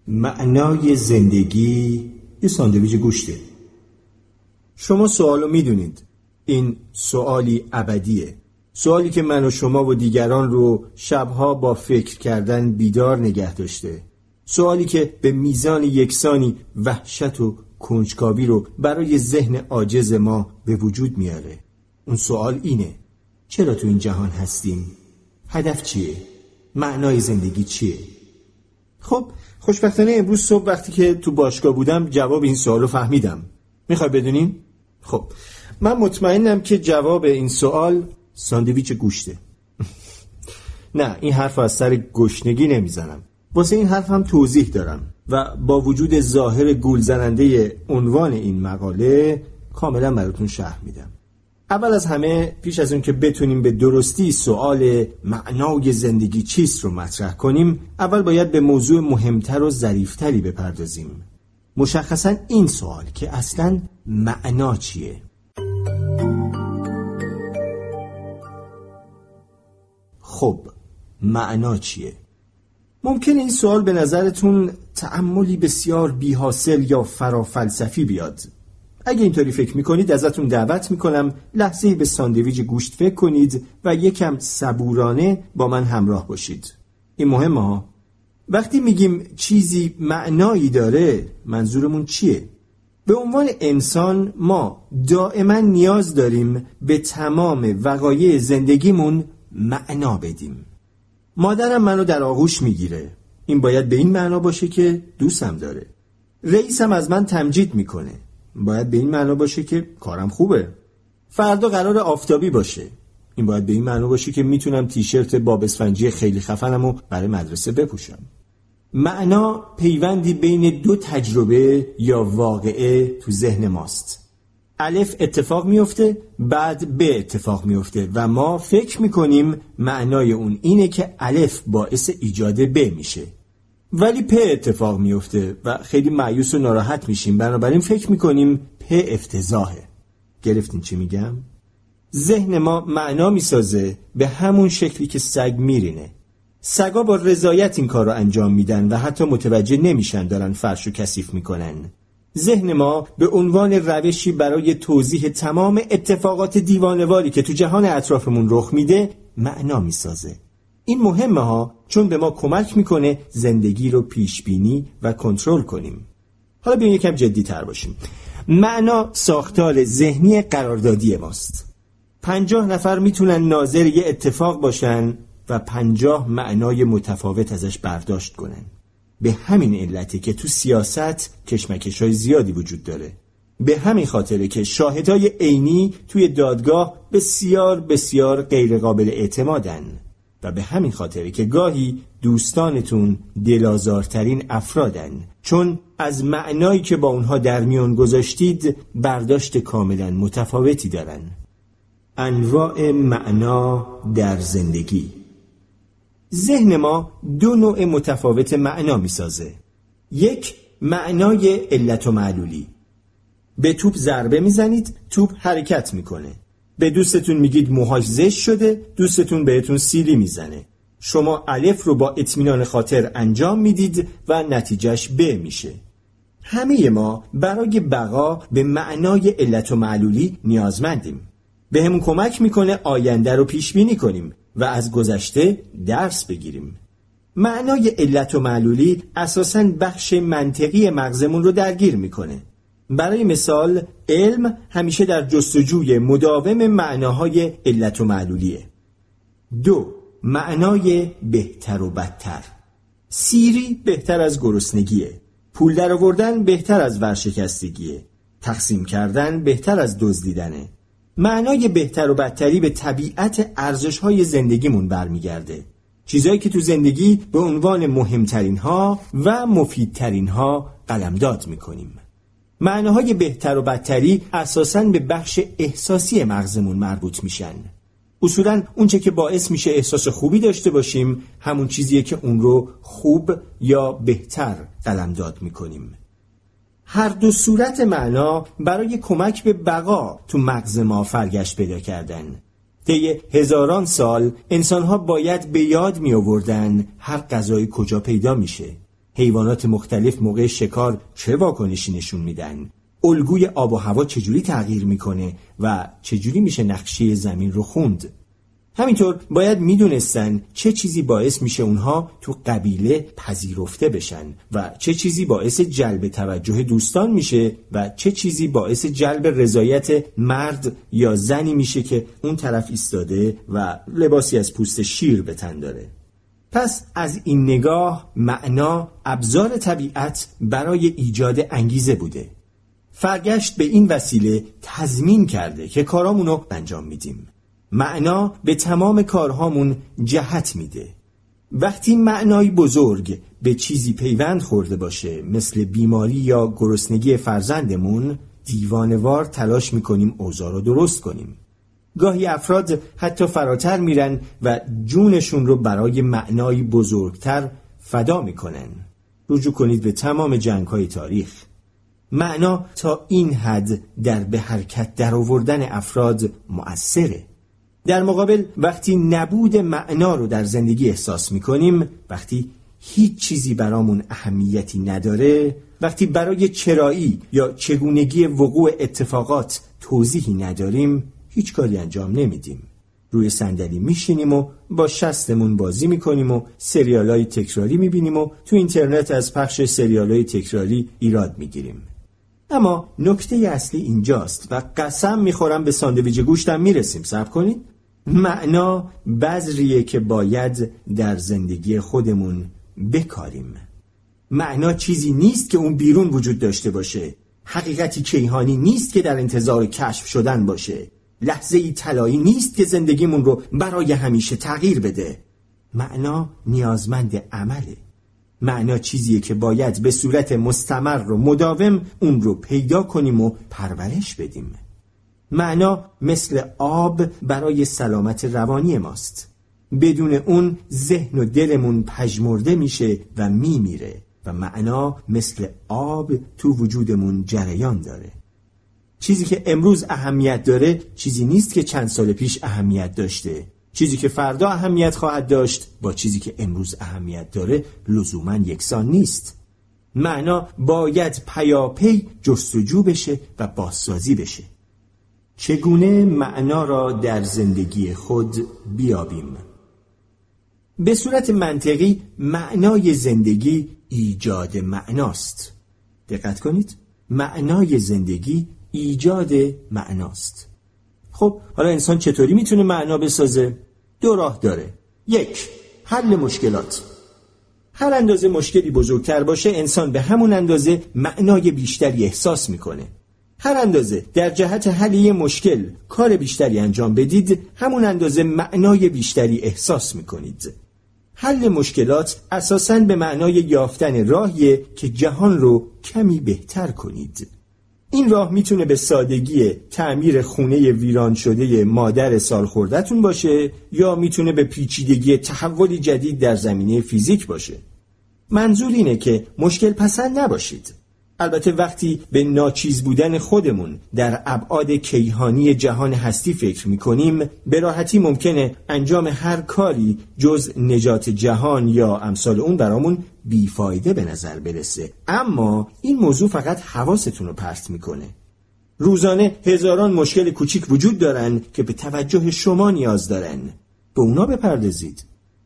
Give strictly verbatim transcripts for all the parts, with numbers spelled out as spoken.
معنای زندگی یه ساندویچ گوشته. شما سوالو میدونید. این سوالی ابدیه. سوالی که من و شما و دیگران رو شبها با فکر کردن بیدار نگه داشته. سوالی که به میزان یکسانی وحشت و کنجکاوی رو برای ذهن عاجز ما به وجود میاره. اون سوال اینه: چرا تو این جهان هستیم؟ هدف چیه؟ معنای زندگی چیه؟ خب خوشبختانه امروز صبح وقتی که تو باشگاه بودم جواب این سوال رو فهمیدم. میخوای بدونین؟ خب من مطمئنم که جواب این سوال ساندویچ گوشته. نه، این حرف از سر گشنگی نمیزنم. واسه این حرف هم توضیح دارم و با وجود ظاهر گول زننده عنوان این مقاله کاملا براتون شرح میدم. اول از همه پیش از اون که بتونیم به درستی سوال معنای زندگی چیست رو مطرح کنیم، اول باید به موضوع مهمتر و ظریفتری بپردازیم. مشخصاً این سوال که اصلاً معنا چیه؟ خب معنا چیه؟ ممکنه این سوال به نظرتون تأملی بسیار بی‌حاصل یا فرافلسفی بیاد. اگه اینطوری فکر میکنید ازتون دعوت میکنم لحظه‌ای به ساندویچ گوشت فکر کنید و یکم صبورانه با من همراه باشید. این مهمه ها. وقتی میگیم چیزی معنایی داره منظورمون چیه؟ به عنوان انسان ما دائما نیاز داریم به تمام وقایع زندگیمون معنا بدیم. مادرم منو در آغوش میگیره. این باید به این معنا باشه که دوستم داره. رئیسم از من تمجید میکنه. باید به این معنا باشه که کارم خوبه. فردا قرار آفتابی باشه. این باید به این معنا باشه که میتونم تیشرت باب اسفنجی خیلی خفنمو برای مدرسه بپوشم. معنا پیوندی بین دو تجربه یا واقعه تو ذهن ماست. الف اتفاق میفته، بعد ب اتفاق میفته و ما فکر میکنیم معنای اون اینه که الف باعث ایجاد ب میشه. ولی پ اتفاق میفته و خیلی مایوس و ناراحت میشیم، بنابراین فکر میکنیم پ افتضاحه. گرفتین چی میگم؟ ذهن ما معنا میسازه به همون شکلی که سگ میرینه. سگا با رضایت این کار رو انجام میدن و حتی متوجه نمیشن دارن فرش و کثیف میکنن. ذهن ما به عنوان روشی برای توضیح تمام اتفاقات دیوانه‌واری که تو جهان اطرافمون رخ میده معنا میسازه. این مهمه ها، چون به ما کمک میکنه زندگی رو پیش بینی و کنترل کنیم. حالا بیاین یکم جدی تر باشیم. معنا ساختار ذهنی قراردادی ماست. پنجاه نفر میتونن ناظر یه اتفاق باشن و پنجاه معنای متفاوت ازش برداشت کنن. به همین علته که تو سیاست کشمکش‌های زیادی وجود داره. به همین خاطره که شاهدای عینی توی دادگاه بسیار بسیار غیر قابل اعتمادن و به همین خاطره که گاهی دوستانتون دلازارترین افرادن، چون از معنایی که با اونها در میون گذاشتید برداشت کاملا متفاوتی دارن. انواع معنا در زندگی. ذهن ما دو نوع متفاوت معنا میسازه. یک، معنای علت و معلولی. به توپ ضربه میزنید، توپ حرکت میکنه. به دوستتون میگید موهاش زشت شده، دوستتون بهتون سیلی میزنه. شما الف رو با اطمینان خاطر انجام میدید و نتیجهش ب میشه. همه ما برای بقا به معنای علت و معلولی نیازمندیم. به همون کمک میکنه آینده رو پیش بینی کنیم و از گذشته درس بگیریم. معنای علت و معلولی اساساً بخش منطقی مغزمون رو درگیر میکنه. برای مثال علم همیشه در جستجوی مداوم معناهای علت و معلولیه. دو، معنای بهتر و بدتر. سیری بهتر از گرسنگیه. پول در آوردن بهتر از ورشکستگیه. تقسیم کردن بهتر از دزدیدنه. معنای بهتر و بدتری به طبیعت ارزش‌های زندگیمون برمیگرده. چیزایی که تو زندگی به عنوان مهمترین ها و مفیدترین ها قلمداد میکنیم. معناهای بهتر و بدتری اساساً به بخش احساسی مغزمون مربوط میشن. اصولاً اونچه که باعث میشه احساس خوبی داشته باشیم همون چیزیه که اون رو خوب یا بهتر قلمداد میکنیم. هر دو صورت معنا برای کمک به بقا تو مغز ما فرگشت پیدا کردن. طی هزاران سال انسان‌ها باید به یاد می آوردن هر غذای کجا پیدا میشه. حیوانات مختلف موقع شکار چه واکنشی نشون میدن، الگوی آب و هوا چجوری تغییر میکنه و چجوری میشه نقشه زمین رو خوند. همینطور باید میدونستن چه چیزی باعث میشه اونها تو قبیله پذیرفته بشن و چه چیزی باعث جلب توجه دوستان میشه و چه چیزی باعث جلب رضایت مرد یا زنی میشه که اون طرف ایستاده و لباسی از پوست شیر به تن داره. پس از این نگاه معنا ابزار طبیعت برای ایجاد انگیزه بوده. فرگشت به این وسیله تضمین کرده که کارامونو انجام میدیم. معنا به تمام کارهامون جهت میده. وقتی معنای بزرگ به چیزی پیوند خورده باشه، مثل بیماری یا گرسنگی فرزندمون، دیوانه‌وار تلاش میکنیم اوضاع رو درست کنیم. گاهی افراد حتی فراتر میرن و جونشون رو برای معنای بزرگتر فدا میکنن. رجوع کنید به تمام جنگ‌های تاریخ. معنا تا این حد در به حرکت در آوردن افراد مؤثره. در مقابل وقتی نبود معنا رو در زندگی احساس میکنیم، وقتی هیچ چیزی برامون اهمیتی نداره، وقتی برای چرایی یا چگونگی وقوع اتفاقات توضیحی نداریم، هیچ کاری انجام نمیدیم. روی صندلی میشینیم و با شستمون بازی میکنیم و سریالای تکراری میبینیم و تو اینترنت از پخش سریالای تکراری ایراد میگیریم. اما نکته اصلی اینجاست و قسم میخورم به ساندویچ گوشتم میرسیم. صبر کنید. معنا بذریه که باید در زندگی خودمون بکاریم. معنا چیزی نیست که اون بیرون وجود داشته باشه. حقیقتی کیهانی نیست که در انتظار کشف شدن باشه. لحظه ای طلایی نیست که زندگیمون رو برای همیشه تغییر بده. معنا نیازمند عمله. معنا چیزیه که باید به صورت مستمر و مداوم اون رو پیدا کنیم و پرورش بدیم. معنا مثل آب برای سلامت روانی ماست. بدون اون ذهن و دلمون پژمرده میشه و میمیره و معنا مثل آب تو وجودمون جریان داره. چیزی که امروز اهمیت داره چیزی نیست که چند سال پیش اهمیت داشته. چیزی که فردا اهمیت خواهد داشت با چیزی که امروز اهمیت داره لزوماً یکسان نیست. معنا باید پیاپی جستجو بشه و بازسازی بشه. چگونه معنا را در زندگی خود بیابیم؟ به صورت منطقی معنای زندگی ایجاد معناست. دقت کنید، معنای زندگی ایجاد معناست. خب حالا انسان چطوری میتونه معنا بسازه؟ دو راه داره. یک، حل مشکلات. هر اندازه مشکلی بزرگتر باشه انسان به همون اندازه معنای بیشتری احساس میکنه. هر اندازه در جهت حل یه مشکل کار بیشتری انجام بدید، همون اندازه معنای بیشتری احساس میکنید. حل مشکلات اساساً به معنای یافتن راهیه که جهان رو کمی بهتر کنید. این راه میتونه به سادگی تعمیر خونه ویران شده مادر سالخورده‌تون باشه یا میتونه به پیچیدگی تحولی جدید در زمینه فیزیک باشه. منظور اینه که مشکل پسند نباشید. البته وقتی به ناچیز بودن خودمون در ابعاد کیهانی جهان هستی فکر میکنیم، به راحتی ممکنه انجام هر کاری جز نجات جهان یا امثال اون برامون بیفایده به نظر برسه. اما این موضوع فقط حواستون رو پرت میکنه. روزانه هزاران مشکل کوچیک وجود دارن که به توجه شما نیاز دارن. به اونا بپردازید.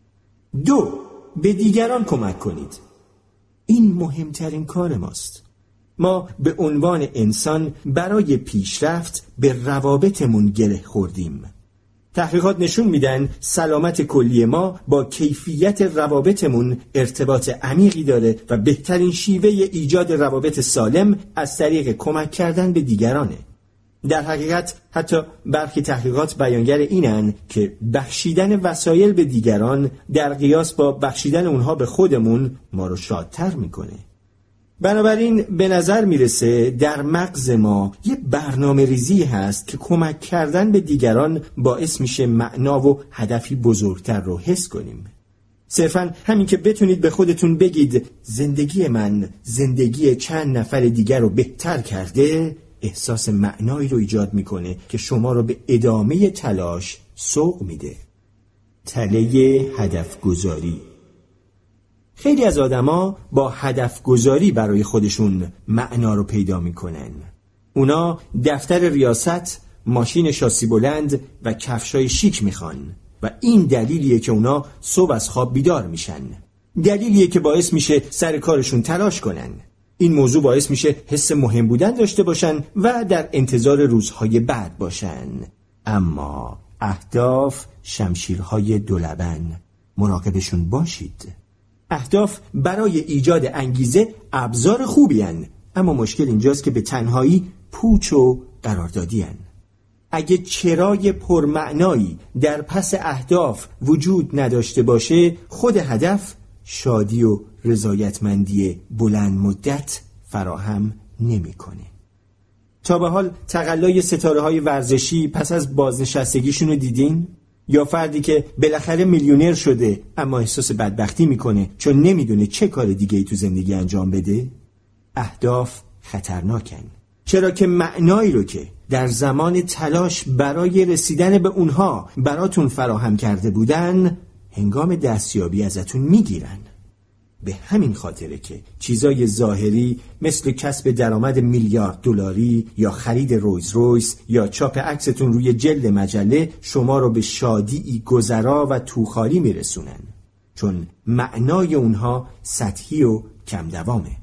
دو، به دیگران کمک کنید. این مهمترین کار ماست. ما به عنوان انسان برای پیشرفت به روابطمون گره خوردیم. تحقیقات نشون میدن سلامت کلی ما با کیفیت روابطمون ارتباط عمیقی داره و بهترین شیوه ایجاد روابط سالم از طریق کمک کردن به دیگرانه. در حقیقت حتی برخی تحقیقات بیانگر اینن که بخشیدن وسایل به دیگران در قیاس با بخشیدن اونها به خودمون ما رو شادتر میکنه. بنابراین به نظر میرسه در مغز ما یه برنامه ریزی هست که کمک کردن به دیگران باعث میشه معنا و هدفی بزرگتر رو حس کنیم. صرفاً همین که بتونید به خودتون بگید زندگی من زندگی چند نفر دیگر رو بهتر کرده، احساس معنایی رو ایجاد میکنه که شما رو به ادامه تلاش سوق میده. تله هدف گذاری. خیلی از آدما با هدف گذاری برای خودشون معنا رو پیدا میکنن. اونا دفتر ریاست، ماشین شاسی بلند و کفشای شیک میخوان و این دلیلیه که اونا صبح از خواب بیدار میشن. دلیلیه که باعث میشه سر کارشون تلاش کنن. این موضوع باعث میشه حس مهم بودن داشته باشن و در انتظار روزهای بعد باشن. اما اهداف شمشیرهای دولبن، مراقبشون باشید. اهداف برای ایجاد انگیزه ابزار خوبی هن، اما مشکل اینجاست که به تنهایی پوچ و قراردادی هن. اگه چرای پرمعنایی در پس اهداف وجود نداشته باشه، خود هدف شادی و رضایتمندی بلند مدت فراهم نمی‌کنه. تا به حال تقلای ستاره‌های ورزشی پس از بازنشستگیشون رو دیدین؟ یا فردی که بالاخره میلیونر شده اما احساس بدبختی میکنه چون نمیدونه چه کار دیگه‌ای تو زندگی انجام بده؟ اهداف خطرناکن، چرا که معنایی رو که در زمان تلاش برای رسیدن به اونها براتون فراهم کرده بودن، هنگام دستیابی ازتون میگیرن. به همین خاطره که چیزای ظاهری مثل کسب درآمد میلیارد دلاری یا خرید رویز رویس یا چاپ عکستون روی جلد مجله شما رو به شادی گذرا و توخالی میرسونن، چون معنای اونها سطحی و کم دوامه.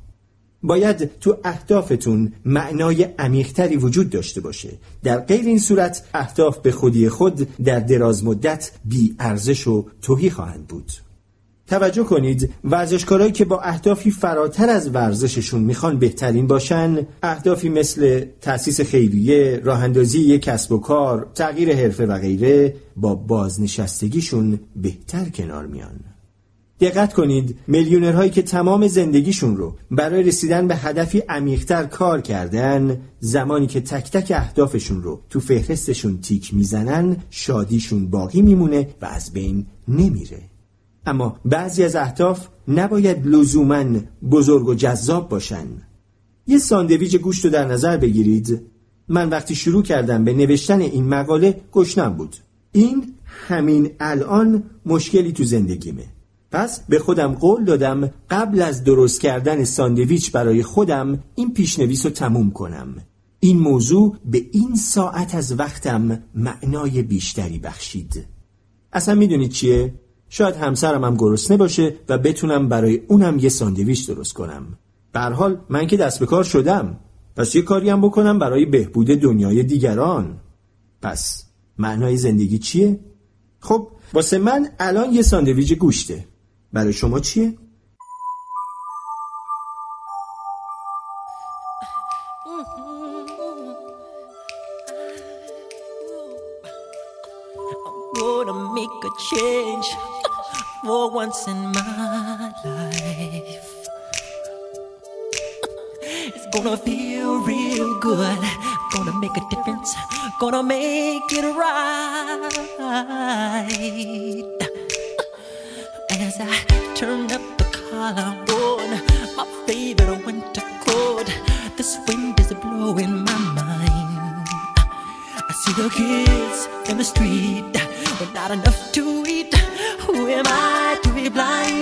باید تو اهدافتون معنای عمیق‌تری وجود داشته باشه. در غیر این صورت اهداف به خودی خود در دراز مدت بی ارزش و تهی خواهند بود. توجه کنید، ورزشکارایی که با اهدافی فراتر از ورزششون میخوان بهترین باشن، اهدافی مثل تأسیس خیریه، راه اندازی یک کسب و کار، تغییر حرفه و غیره، با بازنشستگیشون بهتر کنار میان. دقت کنید، میلیونرهایی که تمام زندگیشون رو برای رسیدن به هدفی عمیق‌تر کار کردن، زمانی که تک تک اهدافشون رو تو فهرستشون تیک میزنن، شادیشون باقی میمونه و از بین نمیره. اما بعضی از اهداف نباید لزوماً بزرگ و جذاب باشن. یه ساندویچ گوشت رو در نظر بگیرید. من وقتی شروع کردم به نوشتن این مقاله گشنم بود. این همین الان مشکلی تو زندگیمه. پس به خودم قول دادم قبل از درست کردن ساندویچ برای خودم این پیشنویس رو تموم کنم. این موضوع به این ساعت از وقتم معنای بیشتری بخشید. اصلا میدونید چیه؟ شاید همسرم هم گرسنه باشه و بتونم برای اونم یه ساندویچ درست کنم. به هر حال من که دست به کار شدم، پس یه کاری هم بکنم برای بهبود دنیای دیگران. پس معنای زندگی چیه؟ خب واسه من الان یه ساندویچ گوشته. برای شما چیه؟ Gonna make a change for once in my life. It's gonna feel real good. Gonna make a difference. Gonna make it right. As I turn up the collar on my favorite winter coat, this wind is blowing my mind. I see the kids in the street with not enough to eat. Who am I to be blind?